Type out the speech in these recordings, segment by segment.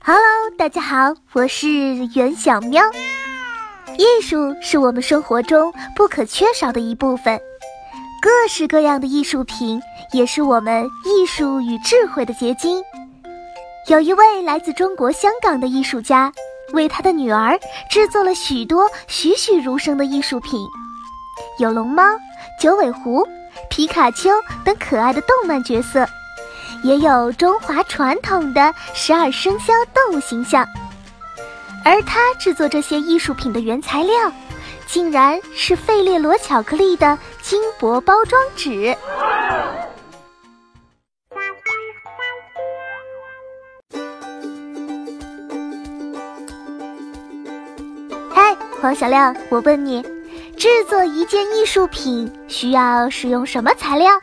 Hello， 大家好，我是袁小喵。艺术是我们生活中不可缺少的一部分，各式各样的艺术品也是我们艺术与智慧的结晶。有一位来自中国香港的艺术家，为他的女儿制作了许多栩栩如生的艺术品，有龙猫、九尾狐、皮卡丘等可爱的动漫角色，也有中华传统的12生肖动物形象。而他制作这些艺术品的原材料，竟然是费列罗巧克力的金箔包装纸。嗨，黄小亮，我问你，制作一件艺术品需要使用什么材料？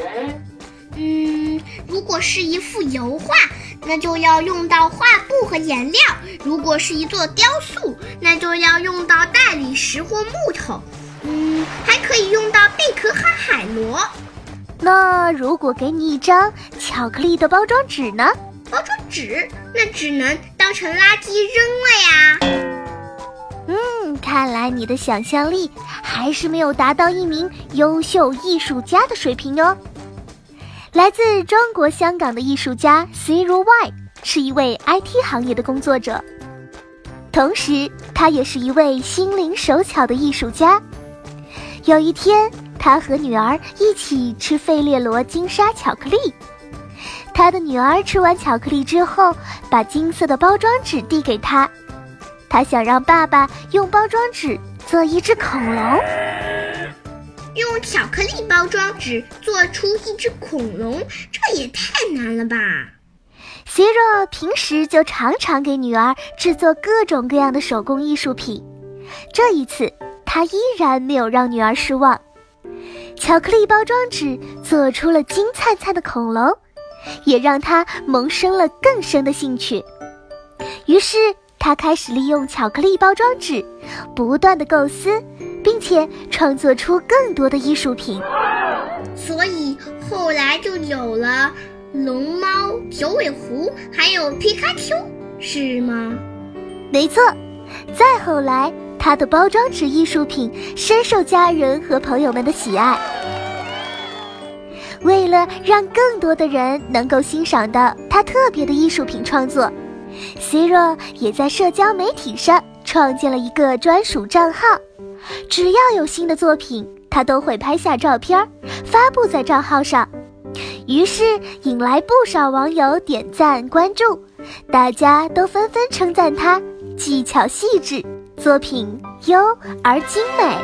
如果是一幅油画，那就要用到画布和颜料；如果是一座雕塑，那就要用到大理石或木头。还可以用到贝壳和海螺。 那如果给你一张巧克力的包装纸呢？ 包装纸那只能当成垃圾扔了呀。 看来你的想象力还是没有达到一名优秀艺术家的水平哦。来自中国香港的艺术家 Zero Y 是一位 IT 行业的工作者，同时他也是一位心灵手巧的艺术家。有一天，他和女儿一起吃费列罗金沙巧克力。他的女儿吃完巧克力之后，把金色的包装纸递给他，他想让爸爸用包装纸做一只恐龙。 用巧克力包装纸做出一只恐龙，这也太难了吧。 Zero 平时就常常给女儿制作各种各样的手工艺术品，这一次他依然没有让女儿失望。巧克力包装纸做出了金灿灿的恐龙，也让他萌生了更深的兴趣。于是他开始利用巧克力包装纸不断地构思，并且创作出更多的艺术品。 所以后来就有了龙猫、九尾狐还有皮卡丘，是吗？ 没错，再后来他的包装纸艺术品深受家人和朋友们的喜爱。为了让更多的人能够欣赏到他特别的艺术品创作， Zero 也在社交媒体上创建了一个专属账号，只要有新的作品，他都会拍下照片发布在账号上，于是引来不少网友点赞关注，大家都纷纷称赞他技巧细致，作品优而精美。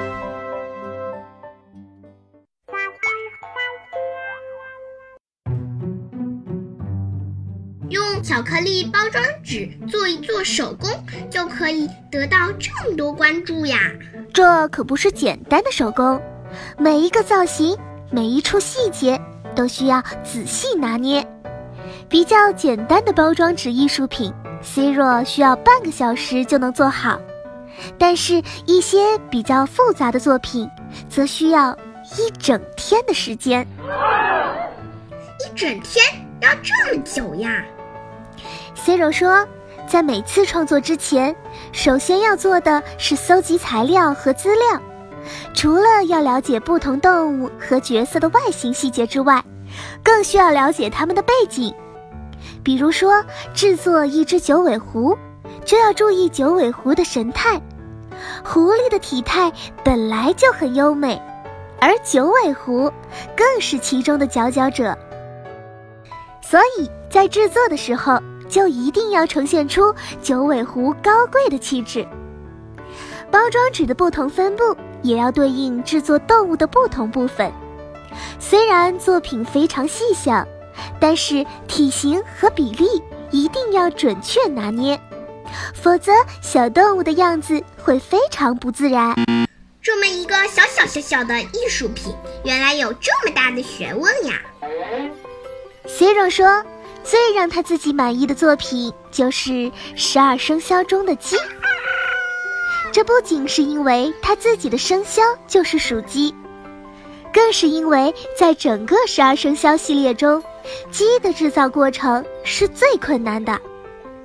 用巧克力包装纸做一做手工，就可以得到这么多关注呀。 这可不是简单的手工，每一个造型，每一处细节都需要仔细拿捏。比较简单的包装纸艺术品 Zero 需要半个小时就能做好，但是一些比较复杂的作品则需要一整天的时间。 一整天要这么久呀？ Zero 说，在每次创作之前，首先要做的是搜集材料和资料，除了要了解不同动物和角色的外形细节之外，更需要了解它们的背景。比如说，制作一只九尾狐，就要注意九尾狐的神态。狐狸的体态本来就很优美，而九尾狐更是其中的佼佼者。所以在制作的时候，就一定要呈现出九尾狐高贵的气质。包装纸的不同分布也要对应制作动物的不同部分。虽然作品非常细小，但是体型和比例一定要准确拿捏，否则小动物的样子会非常不自然。 这么一个小的艺术品，原来有这么大的学问呀。 Zero 说，最让他自己满意的作品就是12生肖中的鸡。这不仅是因为他自己的生肖就是属鸡，更是因为在整个12生肖系列中，鸡的制造过程是最困难的。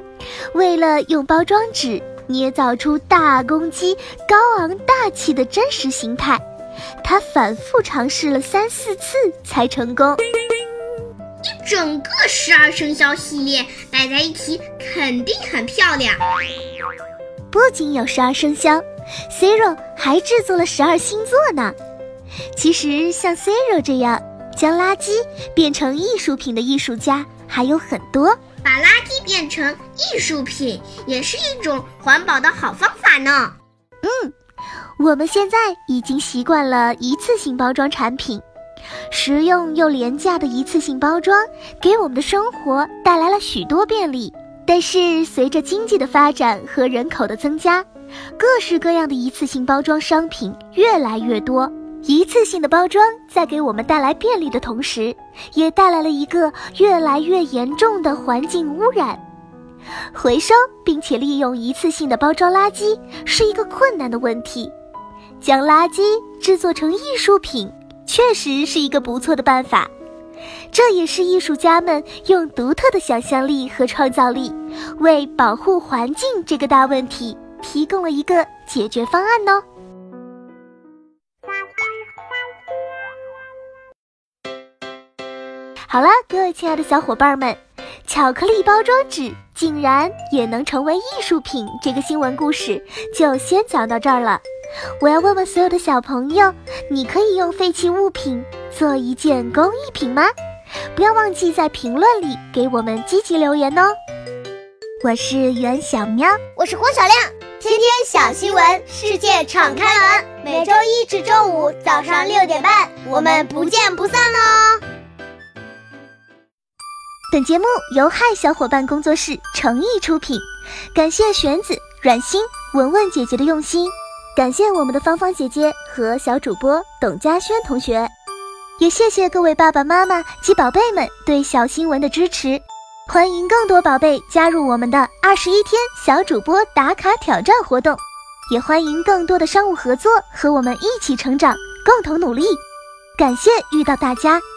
为了用包装纸捏造出大公鸡高昂大气的真实形态，他反复尝试了3-4次才成功。 一整个12生肖系列摆在一起，肯定很漂亮。 不仅有12生肖 ，Zero 还制作了12星座呢。其实像 Zero 这样将垃圾变成艺术品的艺术家还有很多。 把垃圾变成艺术品也是一种环保的好方法呢。 我们现在已经习惯了一次性包装产品，实用又廉价的一次性包装给我们的生活带来了许多便利。但是随着经济的发展和人口的增加，各式各样的一次性包装商品越来越多。一次性的包装在给我们带来便利的同时，也带来了一个越来越严重的环境污染。回收并且利用一次性的包装垃圾是一个困难的问题，将垃圾制作成艺术品确实是一个不错的办法。这也是艺术家们用独特的想象力和创造力，为保护环境这个大问题提供了一个解决方案哦。好了，各位亲爱的小伙伴们，巧克力包装纸竟然也能成为艺术品，这个新闻故事就先讲到这儿了。我要问问所有的小朋友，你可以用废弃物品做一件工艺品吗？不要忘记在评论里给我们积极留言哦。我是袁小喵， 我是郭小亮，天天小新闻，世界敞开门，每周一至周五早上6点半，我们不见不散哦。 本节目由嗨小伙伴工作室诚意出品，感谢玄子、阮欣、文文姐姐的用心，感谢我们的芳芳姐姐和小主播董佳轩同学，也谢谢各位爸爸妈妈及宝贝们对小新闻的支持。欢迎更多宝贝加入我们的21天小主播打卡挑战活动，也欢迎更多的商务合作和我们一起成长，共同努力。感谢遇到大家。